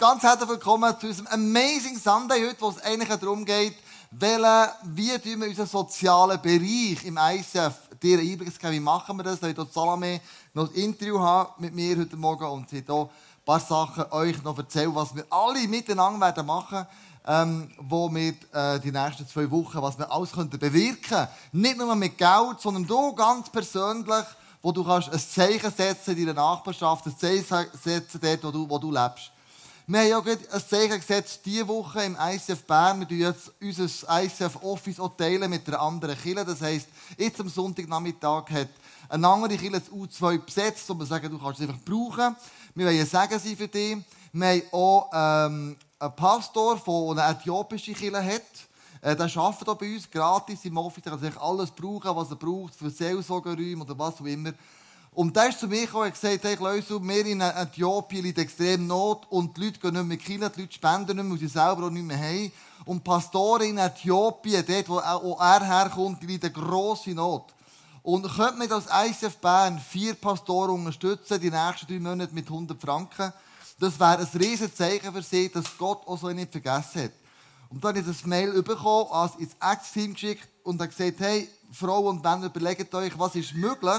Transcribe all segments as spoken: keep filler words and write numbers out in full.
ganz herzlich willkommen zu unserem Amazing Sunday heute, wo es eigentlich darum geht, welche, wie tun wir unseren sozialen Bereich im I C F dir einen Einblick geben, wie machen wir das. Da wird Salome noch ein Interview haben mit mir heute Morgen und sie hat auch ein paar Sachen euch noch erzählen, was wir alle miteinander werden machen, ähm, wo wir äh, die nächsten zwei Wochen, was wir alles könnten bewirken. Nicht nur mit Geld, sondern du ganz persönlich, wo du kannst ein Zeichen setzen in deiner Nachbarschaft, ein Zeichen setzen dort, wo du, wo du lebst. Wir haben ja gerade ein Zeichen gesetzt diese Woche im I C F Bern. Wir teilen jetzt unser I C F Office auch teilen mit einer anderen Kirche. Das heisst, jetzt am Sonntagnachmittag hat eine andere Kirche das U zwei besetzt, und wir sagen, du kannst es einfach brauchen. Wir wollen sagen sie für dich. Wir haben auch ähm, einen Pastor, der eine äthiopische Kirche hat. Äh, der arbeitet hier bei uns gratis im Office. Er kann sich alles brauchen, was er braucht, für Seelsorgeräume oder was auch immer. Und der ist zu mir gekommen und hat gesagt, hey, Leute, wir in Äthiopien leiden extrem Not und die Leute gehen nicht mehr Kirche, die Leute spenden nicht mehr, weil sie selber auch nicht mehr haben. Und Pastoren in Äthiopien, dort wo auch er herkommt, die leiden grosse Not. Und könnte man als I C F Bern vier Pastoren unterstützen, die nächsten drei Monate mit hundert Franken. Das wäre ein riesen Zeichen für sie, dass Gott auch so nicht vergessen hat. Und dann habe ich das Mail bekommen, also ins Ex-Team geschickt und habe gesagt, hey, Frauen und Männer, überlegt euch, was ist möglich.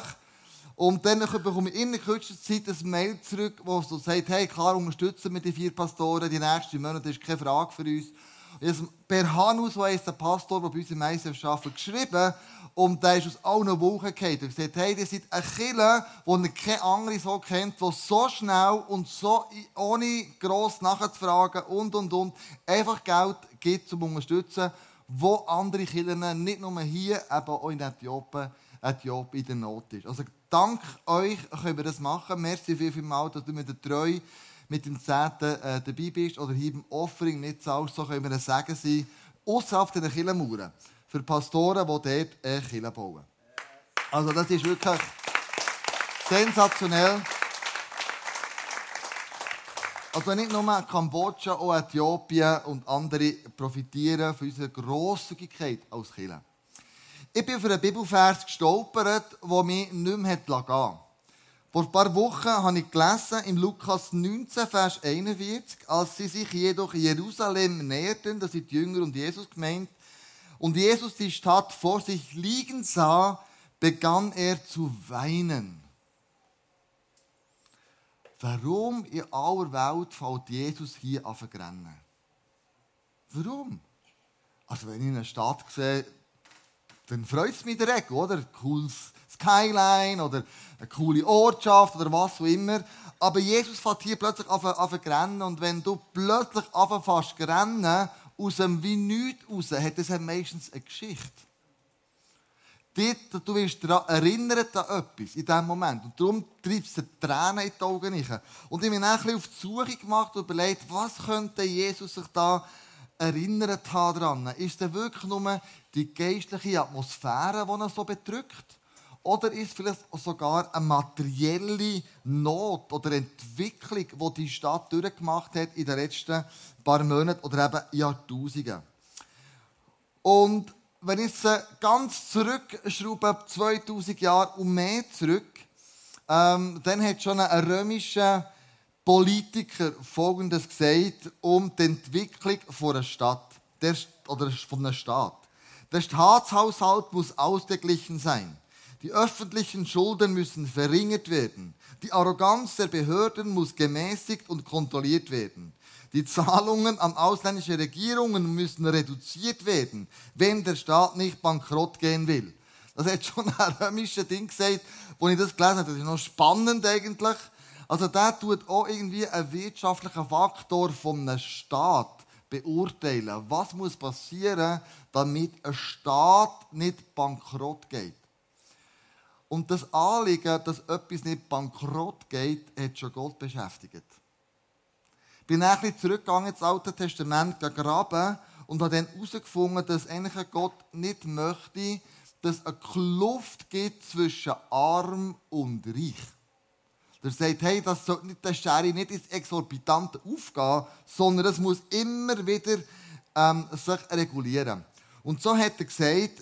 Und dann bekomme ich in der kürzesten Zeit ein Mail zurück, wo so sagt, hey, klar, unterstützen wir die vier Pastoren, die nächsten Monate, das ist keine Frage für uns. Und ich habe per Hanus, so heisst der Pastor, der bei uns im I C F arbeitet, geschrieben, und der ist aus allen Wolken gefallen. Und gesagt, hey, ihr seid eine Kirche, die ihr keine andere so kennt, die so schnell und so ohne gross nachzufragen und, und, und, einfach Geld gibt, um zu unterstützen, wo andere Kirchen, nicht nur hier, eben auch in Äthiopien, Äthiopien in der Not ist. Also dank euch können wir das machen. Merci viel, viel mal, dass du mit der Treu mit dem Zehnten äh, dabei bist oder hier im Offering mitzahlst. So können wir ein Segen sein, ausserhalb dieser Kirchenmauern, für Pastoren, die dort eine Kirche bauen. Also das ist wirklich sensationell. Also nicht nur Kambodscha, auch Äthiopien und andere profitieren von unserer Grosszügigkeit als Kirche. Ich bin für einen Bibelvers gestolpert, der mich nicht mehr gehen liess. Vor ein paar Wochen habe ich gelesen, im Lukas neunzehn, Vers einundvierzig, als sie sich jedoch Jerusalem näherten, das sind die Jünger und Jesus gemeint, und Jesus die Stadt vor sich liegen sah, begann er zu weinen. Warum in aller Welt fällt Jesus hier an zu rennen? Warum? Also wenn ich eine Stadt sehe, dann freut es mich direkt, oder? Ein cooles Skyline oder eine coole Ortschaft oder was auch immer. Aber Jesus fährt hier plötzlich an zu rennen, und wenn du plötzlich anfängst zu rennen, aus dem wie nichts raus, hat das meistens eine Geschichte. Dort, du wirst daran erinnert an etwas in diesem Moment. Und darum treibst du Tränen in die Augen rein. Und ich habe mich dann ein bisschen auf die Suche gemacht und überlegt, was könnte Jesus sich da erinnert haben daran? Ist es wirklich nur die geistliche Atmosphäre, die ihn so bedrückt? Oder ist es vielleicht sogar eine materielle Not oder Entwicklung, die die Stadt durchgemacht hat in den letzten paar Monaten oder eben Jahrtausenden? Und wenn ich es ganz zurückschraube, zweitausend Jahre und mehr zurück, ähm, dann hat schon ein römischer Politiker Folgendes gesagt um die Entwicklung einer Stadt der, oder von einer Staat. Der Staatshaushalt muss ausgeglichen sein. Die öffentlichen Schulden müssen verringert werden. Die Arroganz der Behörden muss gemäßigt und kontrolliert werden. Die Zahlungen an ausländische Regierungen müssen reduziert werden, wenn der Staat nicht bankrott gehen will. Das hat schon ein römischer Ding gesagt, als ich das gelesen habe. Das ist noch spannend eigentlich. Also der tut auch irgendwie einen wirtschaftlichen Faktor von einem Staat beurteilen. Was muss passieren, damit ein Staat nicht bankrott geht? Und das Anliegen, dass etwas nicht bankrott geht, hat schon Gott beschäftigt. Ich bin ein bisschen zurückgegangen ins Alte Testament graben und habe dann herausgefunden, dass eigentlich Gott nicht möchte, dass es eine Kluft gibt zwischen arm und reich. Er sagt, hey, das soll nicht, der Schere nicht ins Exorbitante aufgehen, sondern es muss immer wieder ähm, sich regulieren. Und so hat er gesagt,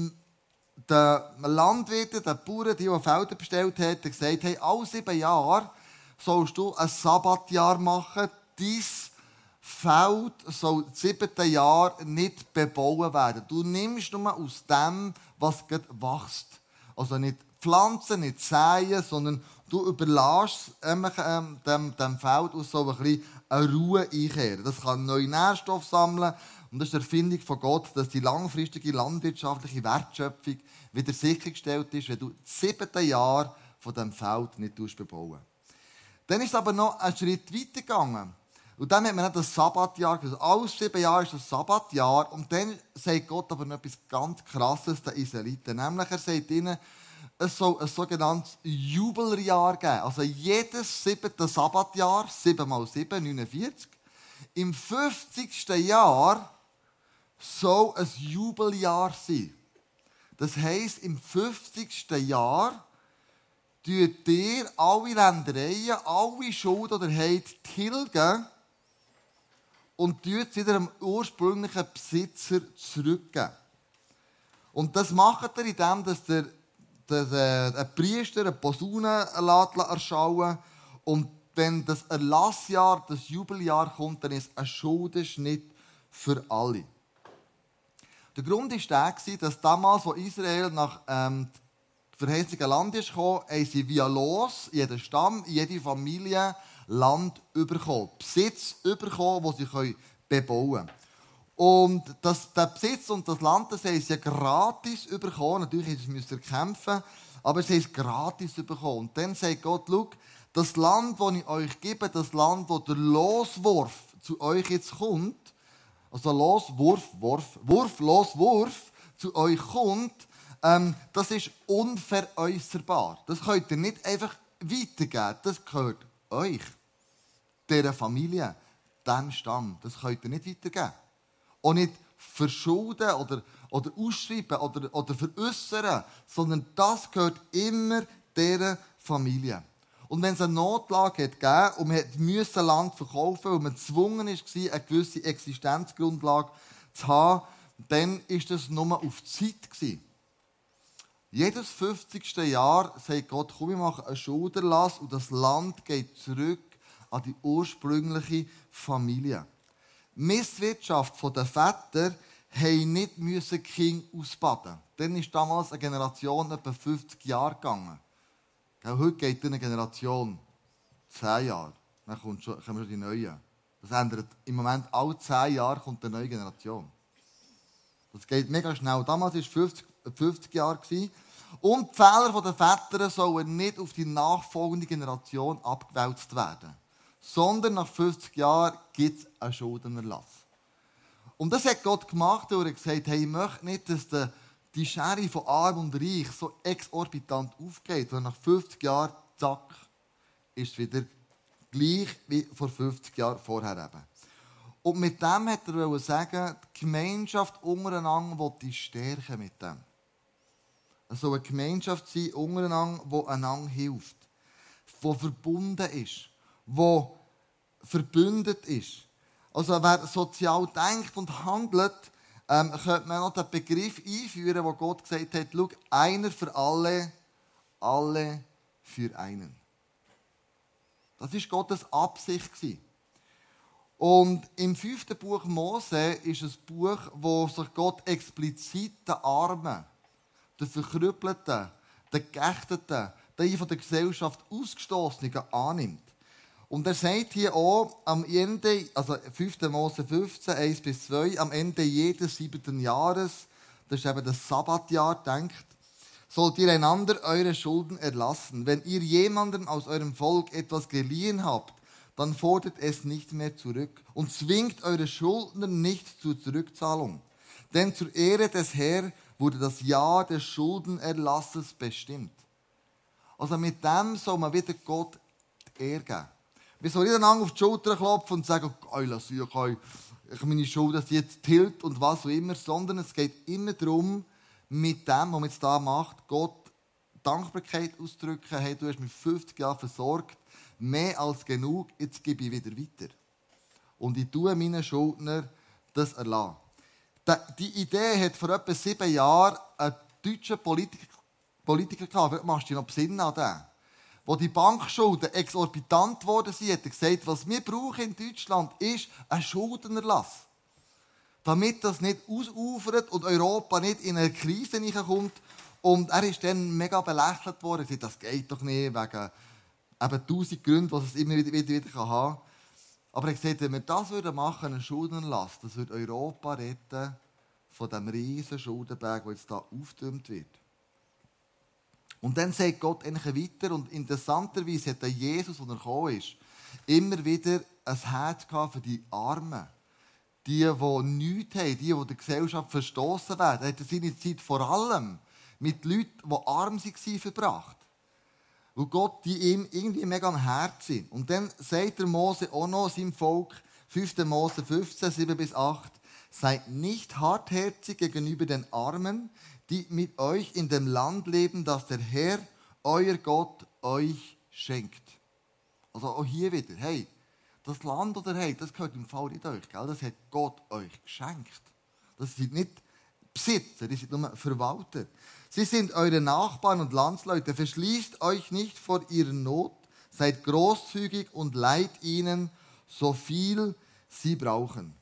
der Landwirt, der Bauern, die, die Felder bestellt hat, hat gesagt, hey, alle sieben Jahre sollst du ein Sabbatjahr machen, dein Feld soll das siebte Jahr nicht bebauen werden. Du nimmst nur aus dem, was gerade wächst. Also nicht pflanzen, nicht säen, sondern du überlässt ähm, dem, dem Feld aus so ein bisschen eine Ruhe einkehren. Das kann neue Nährstoffe sammeln. Und das ist die Erfindung von Gott, dass die langfristige landwirtschaftliche Wertschöpfung wieder sichergestellt ist, wenn du das siebte Jahr von diesem Feld nicht bebauen. Dann ist es aber noch einen Schritt weiter gegangen. Und dann hat man nicht das Sabbatjahr gesagt. Alles sieben Jahre ist das Sabbatjahr. Und dann sagt Gott aber noch etwas ganz Krasses den Israeliten. Nämlich, er sagt ihnen, es soll ein sogenanntes Jubeljahr geben. Also jedes siebte Sabbatjahr, sieben mal sieben, neunundvierzig. Im fünfzigsten Jahr soll ein Jubeljahr sein. Das heisst, im fünfzigsten Jahr tut ihr alle Ländereien, alle Schulden oder Heid tilgen und tut sie wieder dem ursprünglichen Besitzer zurückgeben. Und das macht er, indem dass der, der, der, ein Priester eine Posaune erschallen und wenn das Erlassjahr, das Jubeljahr kommt, dann ist es ein Schuldenschnitt für alle. Der Grund war der, dass damals, als Israel nach ähm, verheißenen Land ist gekommen, haben sie via Los, jeder Stamm, jede Familie Land bekommen. Besitz bekommen, den sie bebauen können. Und das, der Besitz und das Land, das haben sie gratis bekommen. Natürlich müssen sie kämpfen, aber sie haben es gratis bekommen. Und dann sagt Gott, schau, das Land, das ich euch gebe, das Land, wo der Loswurf zu euch jetzt kommt, also Loswurf, Wurf, Wurf, Loswurf zu euch kommt, ähm, das ist unveräußerbar. Das könnt ihr nicht einfach weitergeben. Das gehört euch, dieser Familie, diesem Stamm. Das könnt ihr nicht weitergeben. Auch nicht verschulden oder, oder ausschreiben oder, oder veräußern, sondern das gehört immer dieser Familie. Und wenn es eine Notlage hat gegeben und man musste Land verkaufen, weil man gezwungen war, eine gewisse Existenzgrundlage zu haben, dann war das nur auf Zeit gewesen. Jedes fünfzigste Jahr sagt Gott, komm, ich mache einen Schuldenerlass und das Land geht zurück an die ursprüngliche Familie. Die Misswirtschaft der Väter mussten nicht die Kinder ausbaden. Dann ist damals eine Generation etwa fünfzig Jahre gegangen. Heute geht eine Generation zehn Jahre. Dann kommt schon, kommen schon die Neuen. Das ändert im Moment alle zehn Jahre kommt eine neue Generation. Das geht mega schnell. Damals war es fünfzig, fünfzig Jahre. Und die Fehler der Väter sollen nicht auf die nachfolgende Generation abgewälzt werden. Sondern nach fünfzig Jahren gibt es einen Schuldenerlass. Und das hat Gott gemacht, weil er gesagt hat, hey, ich möchte nicht, dass der die Schere von Arm und Reich so exorbitant aufgeht, sondern nach fünfzig Jahren, zack, ist es wieder gleich wie vor fünfzig Jahren vorher eben. Und mit dem hat er sagen, die Gemeinschaft untereinander will die stärken mit dem. Es soll eine Gemeinschaft sein untereinander, die einander hilft, die verbunden ist, die verbündet ist. Also wer sozial denkt und handelt, ähm, könnte man noch den Begriff einführen, wo Gott gesagt hat, schau, einer für alle, alle für einen. Das war Gottes Absicht. Und im fünften Buch Mose ist ein Buch, wo sich Gott explizit den Armen, den Verkrüppelten, den Geächteten, den von der Gesellschaft Ausgestoßenen annimmt. Und er sagt hier auch, am Ende, also fünften Mose fünfzehn, eins bis zwei, am Ende jedes siebten Jahres, das ist eben das Sabbatjahr, denkt, sollt ihr einander eure Schulden erlassen. Wenn ihr jemanden aus eurem Volk etwas geliehen habt, dann fordert es nicht mehr zurück und zwingt eure Schuldner nicht zur Zurückzahlung. Denn zur Ehre des Herrn wurde das Jahr des Schuldenerlasses bestimmt. Also mit dem soll man wieder Gott die Ehre geben. Wir sollen nicht einander auf die Schulter klopfen und sagen, oh, lass ich, ich meine Schuld, dass jetzt tilt und was auch immer, sondern es geht immer darum, mit dem, was man jetzt hier macht, Gott Dankbarkeit auszudrücken. Hey, du hast mich fünfzig Jahre versorgt, mehr als genug, jetzt gebe ich wieder weiter. Und ich tue meinen Schuldner das erlassen. Die Idee hat vor etwa sieben Jahren ein deutscher Politiker, Politiker gehabt. Vielleicht machst du dich noch besinnen an den. wo die Bankschulden exorbitant geworden sind, hat er gesagt, was wir brauchen in Deutschland ist ein Schuldenerlass. Damit das nicht ausufert und Europa nicht in eine Krise hineinkommt. Und er ist dann mega belächelt worden. Er sagt, das geht doch nicht, wegen eben tausend Gründen, die es immer wieder, wieder, wieder haben kann. Aber er hat gesagt, wenn wir das machen, einen Schuldenerlass, das würde Europa retten von diesem riesen Schuldenberg, der jetzt hier aufgetürmt wird. Und dann sagt Gott eigentlich weiter, und interessanterweise hat der Jesus, als er gekommen ist, immer wieder ein Herz gehabt für die Armen. Die, die nichts haben, die, die der Gesellschaft verstoßen werden. Er hat seine Zeit vor allem mit Leuten, die arm waren, verbracht. Weil Gott die ihm irgendwie mega am Herzen sind. Und dann sagt der Mose auch noch seinem Volk, fünfter Mose fünfzehn, sieben bis acht, seid nicht hartherzig gegenüber den Armen, die mit euch in dem Land leben, das der Herr, euer Gott, euch schenkt. Also auch hier wieder, hey, das Land, das ihr habt, das gehört im Fall nicht euch. Gell? Das hat Gott euch geschenkt. Das sind nicht Besitzer, die sind nur Verwalter. Sie sind eure Nachbarn und Landsleute. Verschließt euch nicht vor ihrer Not. Seid großzügig und leiht ihnen so viel sie brauchen.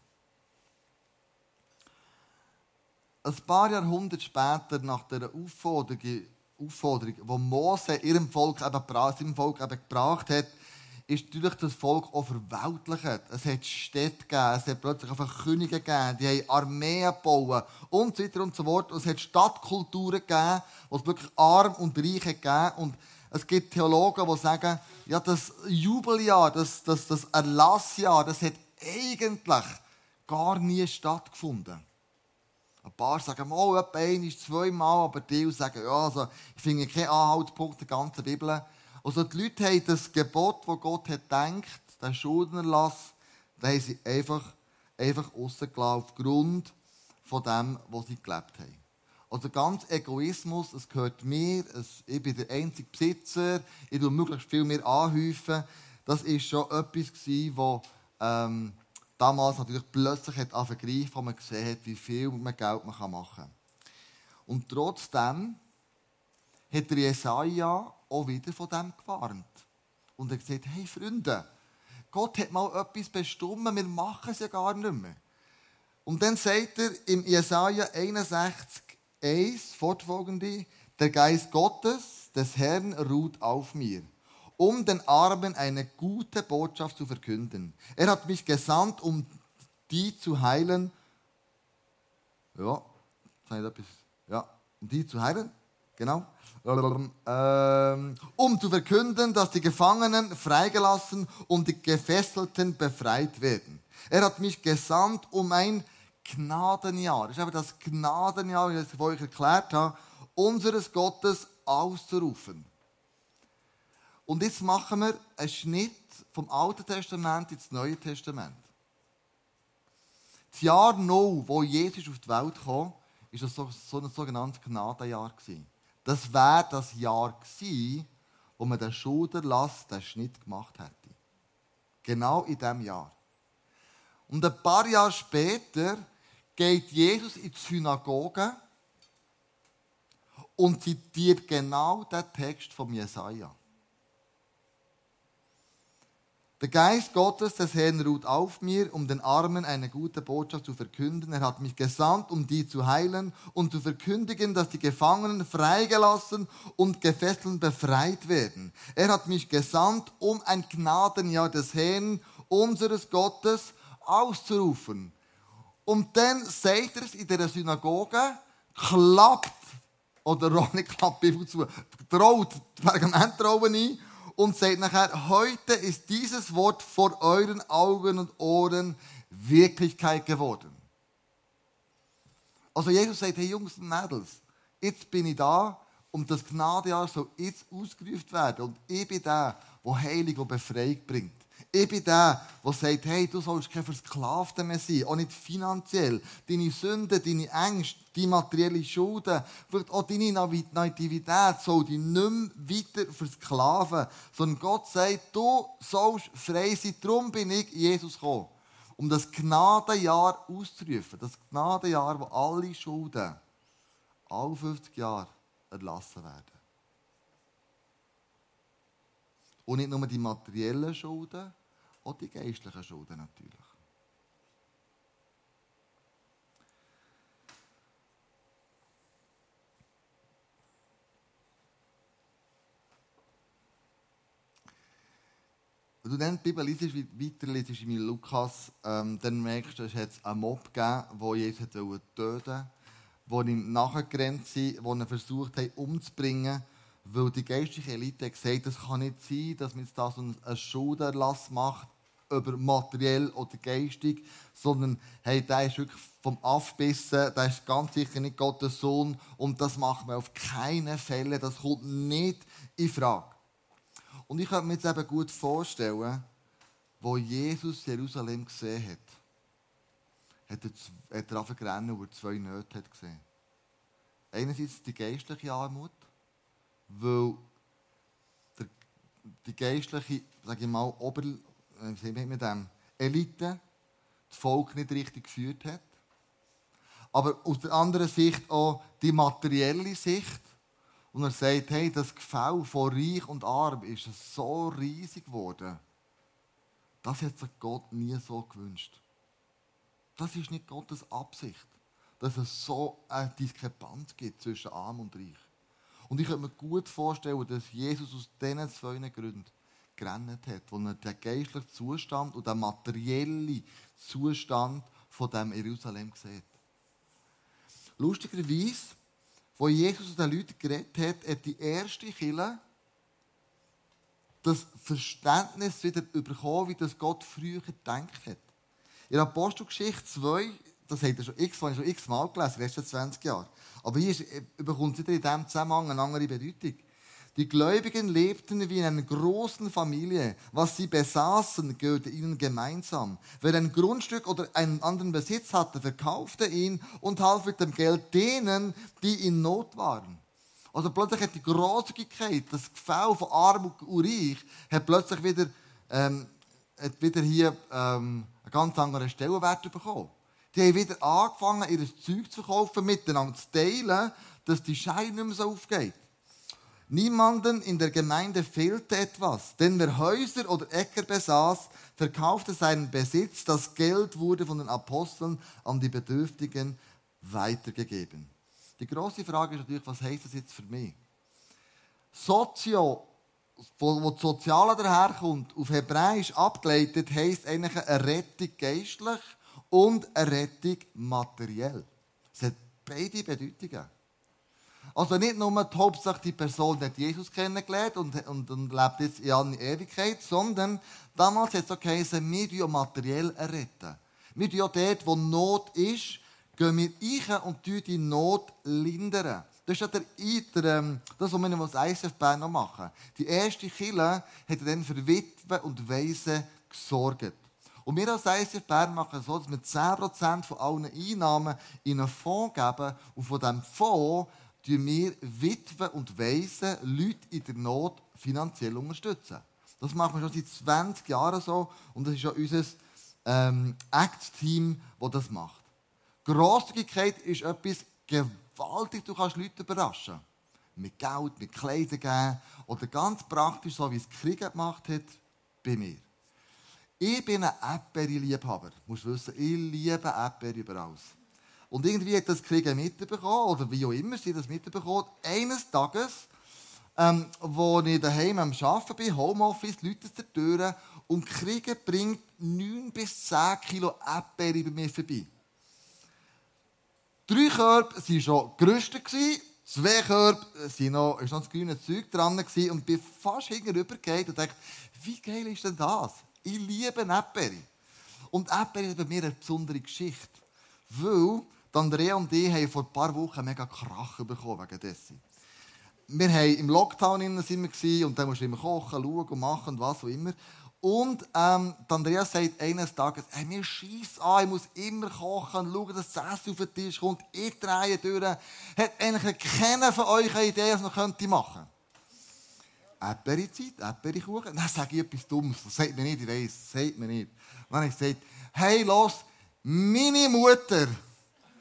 Ein paar Jahrhunderte später, nach der Aufforderung, Aufforderung die Mose ihrem Volk eben, seinem Volk eben gebracht hat, ist natürlich das Volk auch verweltlicht. Es hat Städte gegeben, es hat plötzlich einfach Könige gegeben, die haben Armeen gebaut und so weiter und so fort. Und es hat Stadtkulturen gegeben, wo es wirklich arm und reich hat gegeben. Und es gibt Theologen, die sagen, ja, das Jubeljahr, das, das, das Erlassjahr, das hat eigentlich gar nie stattgefunden. Ein paar sagen, oh, etwa ein, zweimal, aber die sagen, ja, also, ich finde keinen Anhaltspunkt in der ganzen Bibel. Also die Leute haben das Gebot, das Gott hat gedacht, den Schuldenerlass, den haben sie einfach, einfach rausgelassen aufgrund von dem, was sie gelebt haben. Also ganz Egoismus, es gehört mir, es, ich bin der einzige Besitzer, ich tue möglichst viel mehr anhäufen. Das war schon etwas, das ähm, damals natürlich plötzlich hat angefangen, wo man gesehen hat, wie viel man Geld man machen kann. Und trotzdem hat der Jesaja auch wieder von dem gewarnt. Und er hat gesagt, hey Freunde, Gott hat mal etwas bestimmt, wir machen es ja gar nicht mehr. Und dann sagt er im Jesaja einundsechzig, eins, fortfolgende, der Geist Gottes, des Herrn, ruht auf mir, um den Armen eine gute Botschaft zu verkünden. Er hat mich gesandt, um die zu heilen. Ja, ja, um die zu heilen, genau. Ähm, um zu verkünden, dass die Gefangenen freigelassen und die Gefesselten befreit werden. Er hat mich gesandt, um ein Gnadenjahr, das ist eben das Gnadenjahr, wie ich es euch erklärt habe, unseres Gottes auszurufen. Und jetzt machen wir einen Schnitt vom Alten Testament ins Neue Testament. Das Jahr Null, wo Jesus auf die Welt kam, war so, so ein sogenanntes Gnadenjahr. Das wäre das Jahr gewesen, wo man den Schuldenerlass, den Schnitt gemacht hätte. Genau in diesem Jahr. Und ein paar Jahre später geht Jesus in die Synagoge und zitiert genau den Text von Jesaja. Der Geist Gottes des Herrn ruht auf mir, um den Armen eine gute Botschaft zu verkünden. Er hat mich gesandt, um die zu heilen und zu verkündigen, dass die Gefangenen freigelassen und Gefesselten befreit werden. Er hat mich gesandt, um ein Gnadenjahr des Herrn, unseres Gottes, auszurufen. Und dann sagt er es in der Synagoge, klappt, oder nicht klappt, Bibel zu, traut die Pergamentrolle ein, und sagt nachher, heute ist dieses Wort vor euren Augen und Ohren Wirklichkeit geworden. Also Jesus sagt, hey Jungs und Mädels, jetzt bin ich da, um das Gnadenjahr soll jetzt ausgerufen werden. Und ich bin der, der Heilig und Befreiung bringt. Ich bin der, der sagt, hey, du sollst kein Versklavter mehr sein, auch nicht finanziell. Deine Sünden, deine Ängste, deine materielle Schulden, vielleicht auch deine Nativität soll dich nicht mehr weiter versklaven. Sondern Gott sagt, du sollst frei sein. Darum bin ich Jesus gekommen, um das Gnadenjahr auszurufen. Das Gnadenjahr, wo alle Schulden alle fünfzig Jahre erlassen werden. Und nicht nur die materiellen Schulden, auch die geistlichen Schulden natürlich. Wenn du dann die Bibel liest, weiterliest in Lukas, ähm, dann merkst du, es hat einen Mob gegeben, der Jesus töten wollte, der ihm nachgerannt sind, die ihn versucht haben umzubringen, weil die geistliche Elite gesagt hat, es kann nicht sein, dass man jetzt da so einen Schuldenerlass macht, über materiell oder geistig, sondern hey, der ist wirklich vom Aufbissen, der ist ganz sicher nicht Gottes Sohn und das macht man auf keinen Fälle, das kommt nicht in Frage. Und ich könnte mir jetzt eben gut vorstellen, wo Jesus Jerusalem gesehen hat, hat er, hat er angefangen zu rennen, wo er zwei Nöte hat gesehen. Einerseits die geistliche Armut, weil der, die geistliche, sage ich mal, Ober, wie mit dem, Elite das Volk nicht richtig geführt hat. Aber aus der anderen Sicht auch die materielle Sicht. Und er sagt, hey, das Gefälle von Reich und Arm ist so riesig geworden. Das hat sich Gott nie so gewünscht. Das ist nicht Gottes Absicht, dass es so eine Diskrepanz gibt zwischen Arm und Reich. Und ich könnte mir gut vorstellen, dass Jesus aus diesen zwei Gründen gerannt hat, wo er den geistlichen Zustand und den materiellen Zustand von dem Jerusalem sieht. Lustigerweise, wo Jesus zu den Leuten geredet hat, hat die erste Kirche das Verständnis wieder bekommen, wie das Gott früher gedacht hat. In der Apostelgeschichte zwei, das habt ihr schon x-mal schon x-mal gelesen, in den letzten zwanzig Jahren. Aber hier ist, bekommt es wieder in diesem Zusammenhang eine andere Bedeutung. Die Gläubigen lebten wie in einer großen Familie. Was sie besaßen, gehörte ihnen gemeinsam. Wer ein Grundstück oder einen anderen Besitz hatte, verkaufte ihn und half mit dem Geld denen, die in Not waren. Also plötzlich hat die Großzügigkeit, das Gefälle von Arm und Reich, hat plötzlich wieder, ähm, hat wieder hier ähm, einen ganz anderen Stellenwert bekommen. Die haben wieder angefangen, ihr Zeug zu kaufen, miteinander zu teilen, dass die Scheine nicht mehr so aufgeht. Niemanden in der Gemeinde fehlte etwas, denn wer Häuser oder Äcker besaß, verkaufte seinen Besitz. Das Geld wurde von den Aposteln an die Bedürftigen weitergegeben. Die grosse Frage ist natürlich, was heisst das jetzt für mich? Sozio, wo, wo das Soziale daherkommt, auf Hebräisch abgeleitet, heisst eigentlich eine Rettung geistlich und eine Rettung materiell. Es hat beide Bedeutungen. Also nicht nur die Hauptsache, die Person hat Jesus kennengelernt und, und, und lebt jetzt in aller Ewigkeit, sondern damals hat es auch geheißen, wir retten materiell retten. Wir retten auch dort, wo Not ist, gehen wir rein und die Not lindern. Das ist ja der, der, das, was wir als I C F Bern noch machen. Die erste Kirche hat dann für Witwen und Waisen gesorgt. Und wir als I C F Bern machen so, dass wir zehn Prozent von allen Einnahmen in einen Fonds geben und von diesem Fonds unterstützen wir Witwen und Waisen, Leute in der Not, finanziell unterstützen. Das machen wir schon seit zwanzig Jahren so und das ist ja unser ähm, Act-Team, das das macht. Grosszügigkeit ist etwas gewaltig, du kannst Leute überraschen. Mit Geld, mit Kleidern geben oder ganz praktisch, so wie es Krieg gemacht hat, bei mir. Ich bin ein Erdbeere-Liebhaber. Du musst wissen, ich liebe Erdbeere über alles. Und irgendwie hat das Krieg mitbekommen, oder wie auch immer sie das mitbekommen, eines Tages, ähm, wo ich daheim am Arbeiten bin, Homeoffice, Leute aus der Tür, und Krieg bringt neun bis zehn Kilo Erdbeere bei mir vorbei. Drei Körbe waren schon gerüstet, zwei Körbe waren noch, ist noch das grüne Zeug dran und ich bin fast hinterherübergegangen und dachte, wie geil ist denn das? Ich liebe Erdbeere. Und Erdbeere ist bei mir eine besondere Geschichte, weil Andrea und ich haben vor ein paar Wochen mega Krach bekommen wegen dessen. Wir waren im Lockdown und dann musst du immer kochen, schauen und machen und was auch immer. Und ähm, Andrea sagt eines Tages, hey, mir scheisst an, ich muss immer kochen und schauen, dass das Essen auf den Tisch kommt. Ich drehe durch. Hat eigentlich keiner von euch eine Idee, was man könnte machen könnte? Erdbeere-Zeit, Erdbeere-Kuchen. Dann sage ich etwas Dummes. Das sagt mir nicht, ich weiss, das sagt mir nicht. Dann habe ich gesagt, hey, los, meine Mutter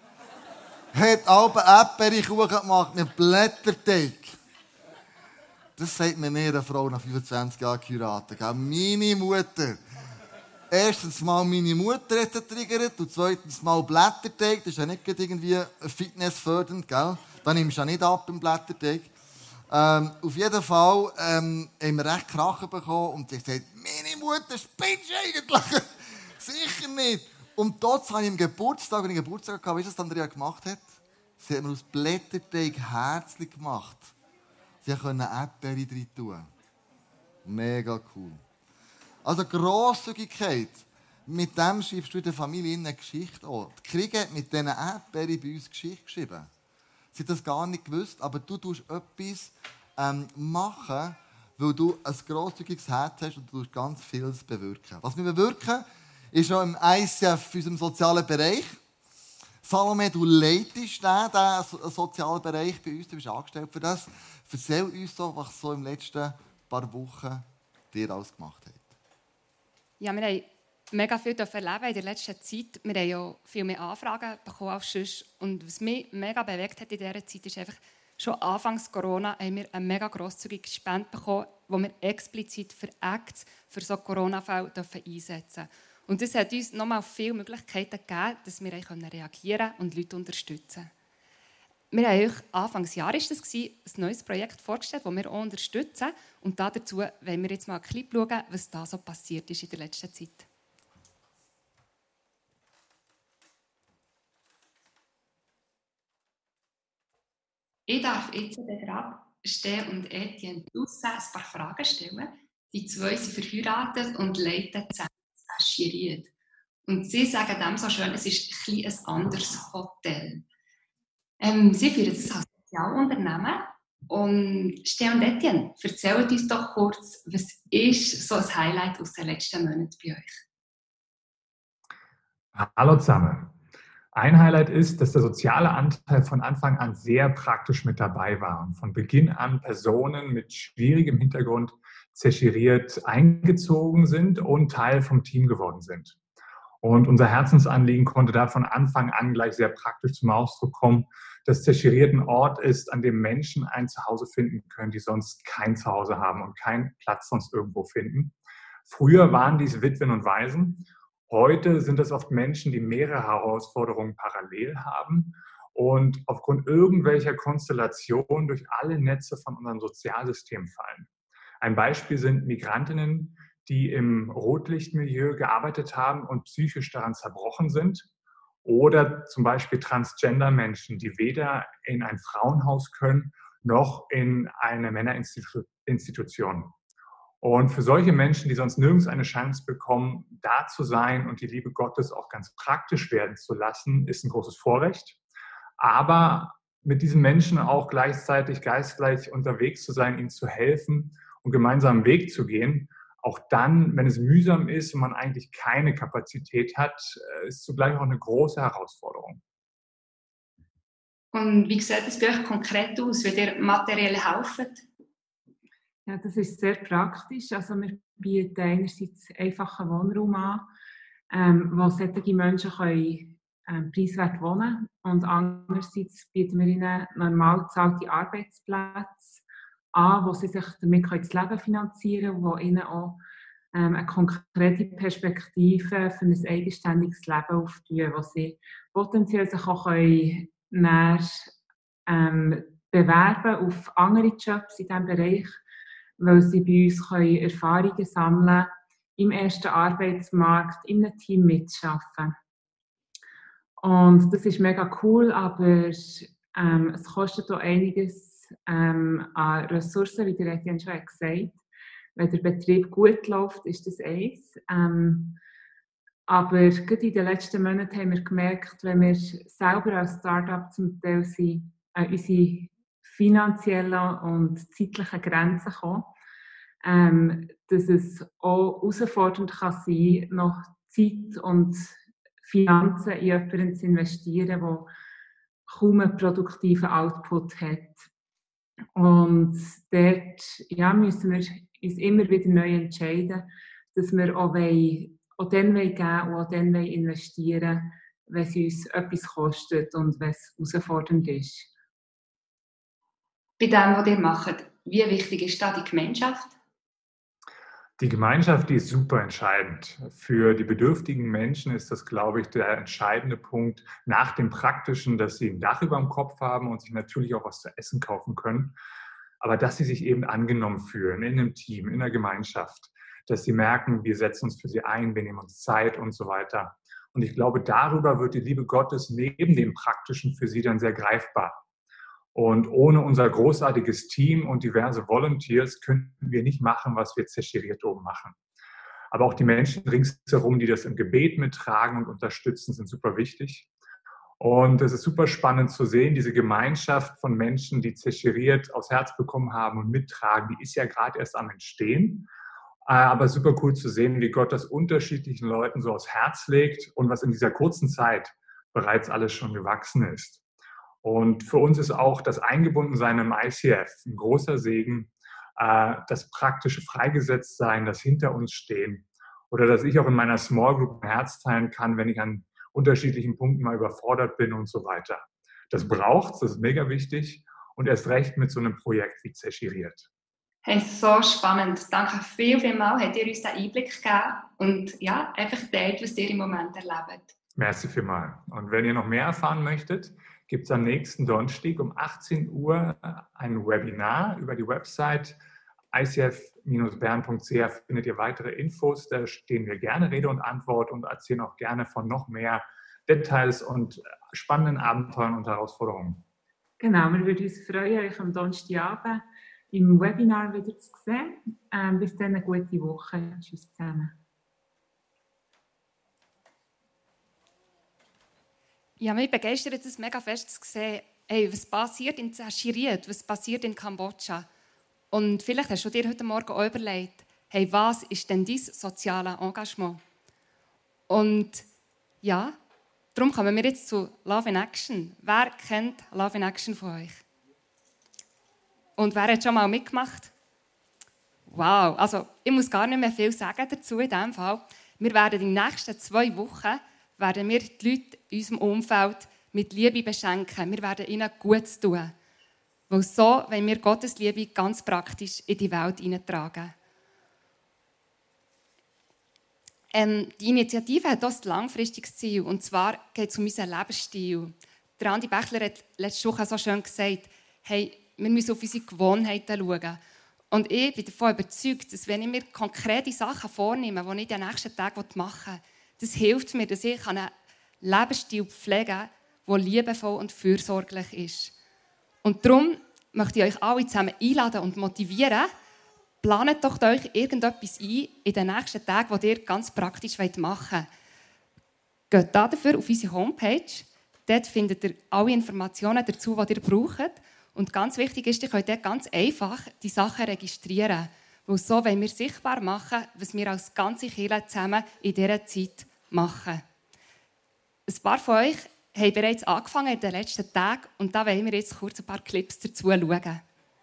hat auch Erdbeere-Kuchen gemacht mit Blätterteig. Das sagt mir nicht eine Frau nach fünfundzwanzig Jahren geheiratet. Gell? Meine Mutter. Erstens mal meine Mutter hat getriggert und zweitens mal Blätterteig. Das ist ja nicht irgendwie fitnessfördernd, gell? Da nimmst du ja nicht ab im Blätterteig. Ähm, auf jeden Fall ähm, haben wir recht Krachen bekommen und sie hat gesagt, meine Mutter spinnst eigentlich. Sicher nicht. Und dort habe ich am Geburtstag, wenn ich Geburtstag hatte, weißt du, was Andrea gemacht hat? Sie hat mir aus Blätterteig Herzchen gemacht. Sie konnten Erdbeere drin tun. Mega cool. Also Grosszügigkeit. Mit dem schreibst du in der Familie eine Geschichte an. Die Kriege hat mit diesen Erdbeeren bei uns Geschichte geschrieben. Sie hat das gar nicht gewusst, aber du tust etwas ähm, machen, weil du ein grosszügiges Herz hast und du tust ganz vieles bewirken. Was wir bewirken, ist auch im I C F, unserem sozialen Bereich. Salome, du leitest den, den sozialen Bereich bei uns, du bist angestellt für das. Erzähl uns so, was so im letzten paar Wochen dir alles gemacht hat. Ja, wir haben mega viel erleben in der letzten Zeit. Wir haben ja viel mehr Anfragen bekommen als sonst. Und was mich mega bewegt hat in dieser Zeit, ist einfach, schon anfangs Corona haben wir eine mega grosszügige Spende bekommen, die wir explizit für Acts, für so Corona-Fälle einsetzen dürfen. Und das hat uns nochmal viele Möglichkeiten gegeben, dass wir reagieren und Leute unterstützen. Wir haben euch Anfangs Jahr ist das ein neues Projekt vorgestellt, das wir auch unterstützen. Und dazu wollen wir jetzt mal ein Clip schauen, was da so passiert ist in der letzten Zeit. Ich darf jetzt gerade Steh und Etienne draussen ein paar Fragen stellen. Die zwei sind verheiratet und leiten zusammen Aschiriet. Und sie sagen dem so schön, es ist ein, ein anderes Hotel. Ähm, sie führen das als Sozialunternehmen. Und Steh und Etienne, erzählt uns doch kurz, was ist so ein Highlight aus den letzten Monaten bei euch? Hallo zusammen. Ein Highlight ist, dass der soziale Anteil von Anfang an sehr praktisch mit dabei war und von Beginn an Personen mit schwierigem Hintergrund zerschiriert eingezogen sind und Teil vom Team geworden sind. Und unser Herzensanliegen konnte da von Anfang an gleich sehr praktisch zum Ausdruck kommen, dass Zerschiriert ein Ort ist, an dem Menschen ein Zuhause finden können, die sonst kein Zuhause haben und keinen Platz sonst irgendwo finden. Früher waren dies Witwen und Waisen. Heute sind es oft Menschen, die mehrere Herausforderungen parallel haben und aufgrund irgendwelcher Konstellationen durch alle Netze von unserem Sozialsystem fallen. Ein Beispiel sind Migrantinnen, die im Rotlichtmilieu gearbeitet haben und psychisch daran zerbrochen sind. Oder zum Beispiel Transgender-Menschen, die weder in ein Frauenhaus können, noch in eine Männerinstitution. Und für solche Menschen, die sonst nirgends eine Chance bekommen, da zu sein und die Liebe Gottes auch ganz praktisch werden zu lassen, ist ein großes Vorrecht. Aber mit diesen Menschen auch gleichzeitig geistgleich unterwegs zu sein, ihnen zu helfen und gemeinsam einen Weg zu gehen, auch dann, wenn es mühsam ist und man eigentlich keine Kapazität hat, ist zugleich auch eine große Herausforderung. Und wie sieht es bei euch konkret aus, wenn ihr materiell helft? Ja, das ist sehr praktisch. Also wir bieten einerseits einfachen Wohnraum an, ähm, wo solche Menschen können, ähm, preiswert wohnen können. Und andererseits bieten wir ihnen normal bezahlte Arbeitsplätze an, wo sie sich damit das Leben finanzieren können, wo ihnen auch ähm, eine konkrete Perspektive für ein eigenständiges Leben auftun, wo sie potenziell sich auch können näher, ähm, bewerben auf andere Jobs in diesem Bereich, weil sie bei uns können Erfahrungen sammeln im ersten Arbeitsmarkt, in einem Team mitarbeiten. Und das ist mega cool, aber ähm, es kostet auch einiges ähm, an Ressourcen, wie der Etienne schon gesagt hat. Wenn der Betrieb gut läuft, ist das eins. Ähm, aber gerade in den letzten Monaten haben wir gemerkt, wenn wir selber als Start-up zum Teil sind, äh, unsere finanziellen und zeitlichen Grenzen kommen, ähm, dass es auch herausfordernd kann sein, noch Zeit und Finanzen in jemanden zu investieren, der kaum einen produktiven Output hat. Und dort ja, müssen wir uns immer wieder neu entscheiden, dass wir auch, wollen, auch dann geben und auch dann investieren wollen, wenn es uns etwas kostet und wenn es herausfordernd ist. Bei dem, was ihr macht, Wie wichtig ist da die Gemeinschaft? Die Gemeinschaft, die ist super entscheidend. Für die bedürftigen Menschen ist das, glaube ich, der entscheidende Punkt nach dem Praktischen, dass sie ein Dach über dem Kopf haben und sich natürlich auch was zu essen kaufen können. Aber dass sie sich eben angenommen fühlen in einem Team, in einer Gemeinschaft, dass sie merken, wir setzen uns für sie ein, wir nehmen uns Zeit und so weiter. Und ich glaube, darüber wird die Liebe Gottes neben dem Praktischen für sie dann sehr greifbar. Und ohne unser großartiges Team und diverse Volunteers könnten wir nicht machen, was wir Zechiriert oben machen. Aber auch die Menschen ringsherum, die das im Gebet mittragen und unterstützen, sind super wichtig. Und es ist super spannend zu sehen, diese Gemeinschaft von Menschen, die Zechiriert aufs Herz bekommen haben und mittragen, die ist ja gerade erst am Entstehen. Aber super cool zu sehen, wie Gott das unterschiedlichen Leuten so aufs Herz legt und was in dieser kurzen Zeit bereits alles schon gewachsen ist. Und für uns ist auch das Eingebundensein im I C F ein großer Segen, das praktische Freigesetztsein, das hinter uns stehen oder dass ich auch in meiner Small Group ein Herz teilen kann, wenn ich an unterschiedlichen Punkten mal überfordert bin und so weiter. Das braucht's, das ist mega wichtig und erst recht mit so einem Projekt wie Zechiriert. Hey, so spannend. Danke viel, viel mal, habt ihr uns den Einblick gegeben und ja, einfach teilt, was ihr im Moment erlebt. Merci vielmals. Und wenn ihr noch mehr erfahren möchtet, gibt es am nächsten Donnerstag um achtzehn Uhr ein Webinar über die Website i c f Bindestrich bern punkt c h. Findet ihr weitere Infos, da stehen wir gerne Rede und Antwort und erzählen auch gerne von noch mehr Details und spannenden Abenteuern und Herausforderungen. Genau, wir würden uns freuen, euch am Donnerstagabend im Webinar wieder zu sehen. Ähm, bis dann eine gute Woche. Tschüss zusammen. Ja, mich begeistert es mega fest zu sehen, hey, was passiert in Zechiriet, was passiert in Kambodscha. Und vielleicht hast du dir heute Morgen auch überlegt, hey, was ist denn dein soziales Engagement? Und ja, darum kommen wir jetzt zu Love in Action. Wer kennt Love in Action von euch? Und wer hat schon mal mitgemacht? Wow, also ich muss gar nicht mehr viel sagen dazu in diesem Fall. Wir werden in den nächsten zwei Wochen werden wir die Leute in unserem Umfeld mit Liebe beschenken. Wir werden ihnen Gutes tun. Weil so wollen wir Gottes Liebe ganz praktisch in die Welt hineintragen. Ähm, die Initiative hat auch ein langfristiges Ziel. Und zwar geht es um unseren Lebensstil. Der Andi Bächler hat letzte Woche so schön gesagt, hey, wir müssen auf unsere Gewohnheiten schauen. Und ich bin davon überzeugt, dass wenn ich mir konkrete Sachen vornehme, die ich in den nächsten Tagen machen will, das hilft mir, dass ich einen Lebensstil pflegen kann, der liebevoll und fürsorglich ist. Und darum möchte ich euch alle zusammen einladen und motivieren, planet doch euch irgendetwas ein in den nächsten Tagen, die ihr ganz praktisch machen wollt. Geht dafür auf unsere Homepage. Dort findet ihr alle Informationen dazu, die ihr braucht. Und ganz wichtig ist, ihr könnt dort ganz einfach die Sachen registrieren. Weil so wollen wir sichtbar machen, was wir als ganze Kirche zusammen in dieser Zeit machen. Ein paar von euch haben bereits angefangen in den letzten Tagen und da wollen wir jetzt kurz ein paar Clips dazu schauen.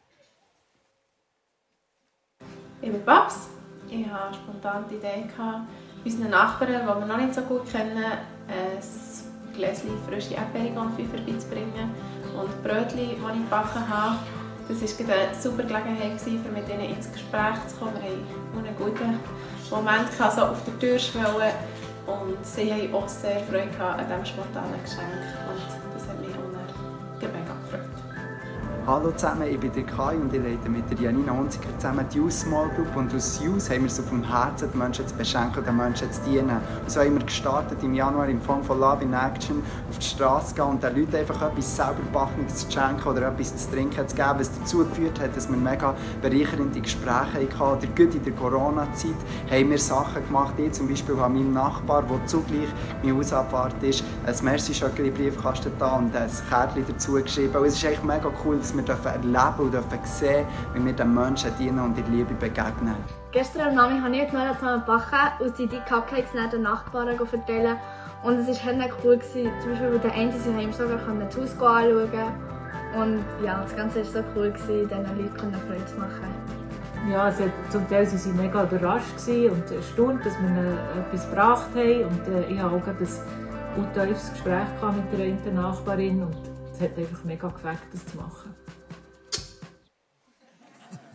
Ich bin Babs. Ich hatte spontan die Idee, unseren Nachbarn, die wir noch nicht so gut kennen, ein Gläschen frische Erdbeerkonfit vorbeizubringen und Brötchen, die ich gebacken habe. Das war eine super Gelegenheit, um mit ihnen ins Gespräch zu kommen. Wir hatten einen guten Moment so auf der Türschwelle und sie haben auch sehr Freude an diesem spontanen Geschenk. Und das hat mich auch mega gefreut. Hallo zusammen, ich bin der Kai und ich leite mit der Janina Hunziker zusammen die Youth Small Group. Und aus Youth haben wir es auf dem Herzen, die Menschen zu beschenken und den Menschen zu dienen. Und so haben wir gestartet im Januar in Form von Love in Action auf die Straße gehen und den Leuten einfach etwas selber Backenes zu schenken oder etwas zu trinken zu geben, was dazu geführt hat, dass wir mega bereichernde Gespräche hatten. Oder gut in der Corona-Zeit haben wir Sachen gemacht. Ich zum Beispiel habe meinem Nachbar, der zugleich mein Hausabwart ist, ein Merci-Schöckeli-Briefkasten da und ein Kärtchen dazu geschrieben. Und es ist echt mega cool, dass wir erleben und dürfen sehen, wie wir den Menschen dienen und in Liebe begegnen. Gestern am Abend habe ich einen Marathon gebacken und sie die Cupcakes neben den Nachbarn verteilen. Und es war echt cool. Zum Beispiel bei den einen haben wir sogar das Haus anschauen. Und ja, das Ganze war so cool, diesen Leuten Freude zu machen. Ja, also zum Teil waren sie mega überrascht und erstaunt, dass wir ihnen etwas gebracht haben. Und äh, ich hatte auch ein tiefes Gespräch mit der einen Nachbarin und es hat einfach mega gefällt, das zu machen.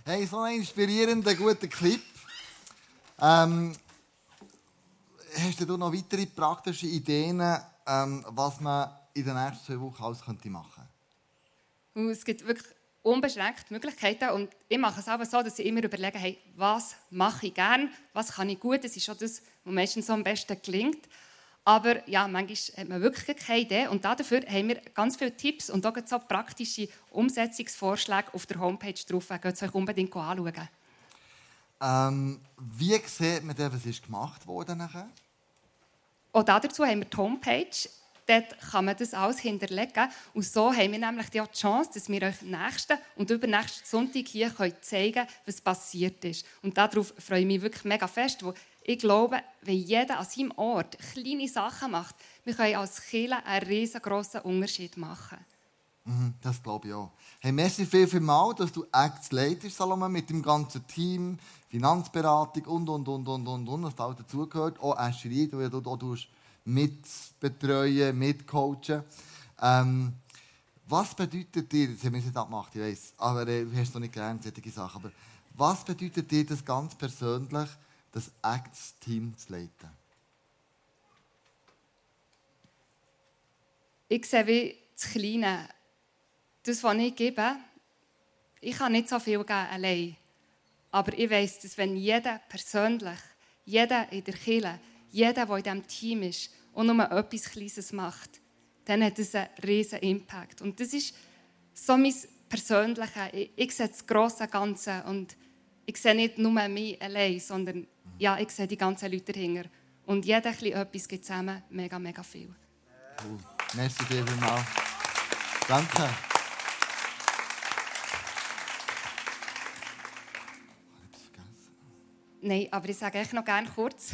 Hey, so einen inspirierenden, guten Clip. Ähm, hast du noch weitere praktische Ideen, ähm, was man in den nächsten zwei Wochen alles machen könnte? Es gibt wirklich unbeschränkt Möglichkeiten und ich mache es aber so, dass ich immer überlege, hey, was mache ich gerne, was kann ich gut, das ist schon das, was meistens so am besten gelingt. Aber ja, manchmal hat man wirklich keine Idee und dafür haben wir ganz viele Tipps und auch so praktische Umsetzungsvorschläge auf der Homepage drauf. Geht es euch unbedingt anschauen. Ähm, wie sieht man denn, was ist gemacht worden nachher? Auch dazu haben wir die Homepage. Dort kann man das alles hinterlegen. Und so haben wir nämlich die Chance, dass wir euch nächsten und übernächsten Sonntag hier zeigen können, was passiert ist. Und darauf freue ich mich wirklich mega fest, weil ich glaube, wenn jeder an seinem Ort kleine Sachen macht, wir können als Kirche einen riesengroßen Unterschied machen. Mhm, das glaube ich auch. Hey, merci viel, viel mal, dass du Acts leitest, Salome, mit dem ganzen Team, Finanzberatung und, und, und, und, und, und, was da auch dazugehört. Auch Ascherie, du, du, du, du mitbetreuen, mitcoachen. Ähm, was bedeutet dir, das haben wir nicht abgemacht, ich weiss, aber äh, du hast noch nicht gelernt, solche Sachen, aber was bedeutet dir das ganz persönlich, das Acts-Team zu leiten? Ich sehe wie das Kleine. Das, was ich gebe, ich kann nicht so viel geben allein. Aber ich weiss, dass wenn jeder persönlich, jeder in der Kirche, jeder, der in diesem Team ist und nur etwas Kleines macht, dann hat das einen riesen Impact. Und das ist so mein Persönliches. Ich, ich sehe das grosse Ganze und ich sehe nicht nur mich allein, sondern ja, ich sehe die ganzen Leute dahinter. Und jeder etwas gibt zusammen mega, mega viel. Cool. Merci dir vielmals. Danke. Nein, aber ich sage euch noch gerne kurz.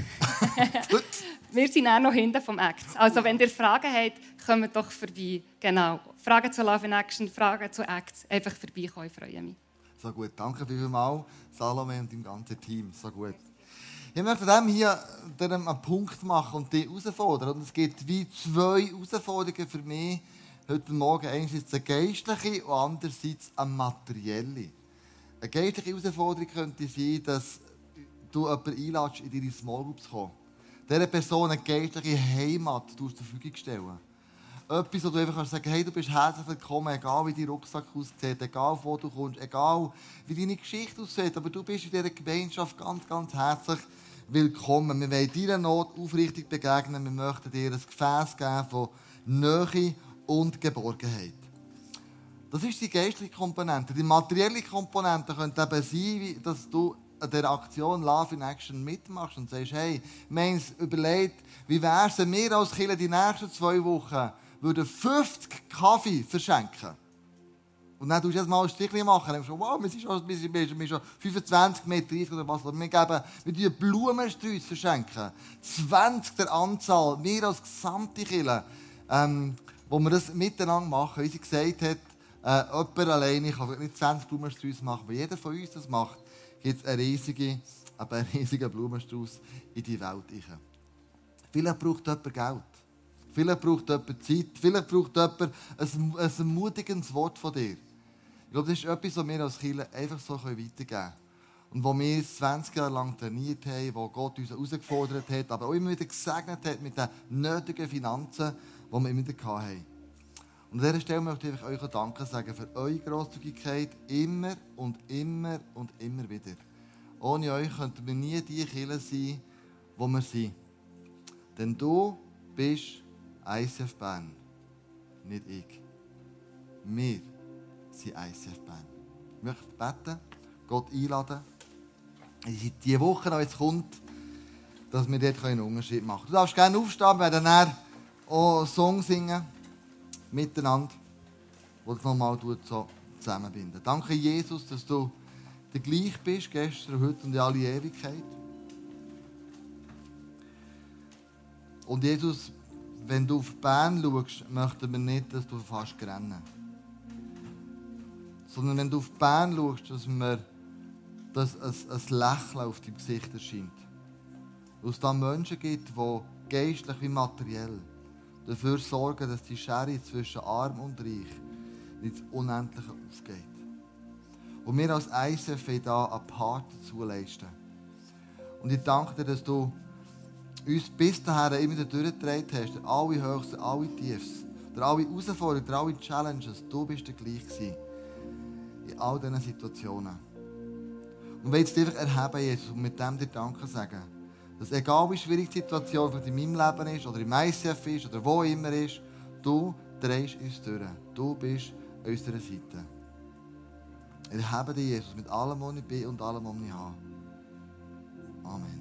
Wir sind auch noch hinten vom Acts. Also wenn ihr Fragen habt, kommt doch vorbei. Genau. Fragen zu Love in Action, Fragen zu Acts. Einfach vorbeikommen, ich freue mich. So gut, danke vielmals, Salome und dem ganzen Team. So gut. Ich möchte dem hier einen Punkt machen und die herausfordern. Und es gibt wie zwei Herausforderungen für mich heute Morgen. Einerseits eine geistliche und andererseits eine materielle. Eine geistliche Herausforderung könnte sein, dass du jemanden einlädst, in deine Small Group zu kommen. Dieser Person eine geistliche Heimat zur Verfügung stellen. Etwas, wo du einfach sagen kannst, hey, du bist herzlich willkommen, egal wie dein Rucksack aussieht, egal wo du kommst, egal wie deine Geschichte aussieht, aber du bist in dieser Gemeinschaft ganz, ganz herzlich willkommen. Wir wollen deiner Not aufrichtig begegnen, wir möchten dir ein Gefäß geben von Nähe und Geborgenheit. Das ist die geistliche Komponente. Die materielle Komponente könnte eben sein, dass du an der Aktion Love in Action mitmachst und sagst, hey, wir haben uns überlegt, wie wäre es, wenn wir als Kirche die nächsten zwei Wochen würden fünfzig Kaffee verschenken. Und dann tust du jetzt mal ein Stückchen machen. Dann schon, wow, wir sind schon, wir sind, wir sind schon fünfundzwanzig Meter dreißig oder was. Wir geben, wir tun Blumensträuße verschenken. zwanzig der Anzahl, wir als gesamte Kirche, ähm, wo wir das miteinander machen. Wie sie gesagt hat, äh, jemand alleine kann nicht zwanzig Blumensträuße machen. Wenn jeder von uns das macht, gibt es einen riesigen, einen riesigen Blumenstrauß in die Welt rein. Vielleicht braucht jemand Geld. Vielleicht braucht jemand Zeit. Vielleicht braucht jemand ein, ein ermutigendes Wort von dir. Ich glaube, das ist etwas, was wir als Kirche einfach so weitergeben können. Und wo wir zwanzig Jahre lang trainiert haben, wo Gott uns herausgefordert hat, aber auch immer wieder gesegnet hat mit den nötigen Finanzen, die wir immer wieder hatten. Und an dieser Stelle möchte ich euch auch Danke sagen für eure Grosszügigkeit immer und immer und immer wieder. Ohne euch könnten wir nie die Kirche sein, wo wir sind. Denn du bist I C F Bern, nicht ich. Wir sind I C F Bern. Ich möchte beten, Gott einladen, in diese Woche, die jetzt kommt, dass wir dort einen Unterschied machen können. Du darfst gerne aufstehen, wir werden dann auch Song singen, miteinander, wo das nochmal so zusammenbinden. Danke, Jesus, dass du der gleich bist, gestern, heute und in alle Ewigkeit. Und Jesus, wenn du auf Bern schaust, möchten wir nicht, dass du fast rennen. Sondern wenn du auf Bern schaust, dass, wir, dass ein, ein Lächeln auf deinem Gesicht erscheint. Weil es da Menschen gibt, die geistlich wie materiell dafür sorgen, dass die Schere zwischen Arm und Reich ins Unendliche aufgeht. Und wir als I C F hier einen Part dazu leisten. Und ich danke dir, dass du uns bis dahin immer wieder durchgetragen hast, durch alle Höchsten, alle Tiefs, durch alle Herausforderungen, durch alle Challenges. Du bist der gleich gewesen. In all diesen Situationen. Und wir jetzt einfach erheben, Jesus, und mit dem dir Danke sagen. Dass egal wie schwierig die Situation in meinem Leben ist, oder im I C F ist, oder wo immer ist, du drehst uns durch. Du bist an unserer Seite. Ich erhebe dich, Jesus, mit allem, was ich bin und allem, was ich habe. Amen.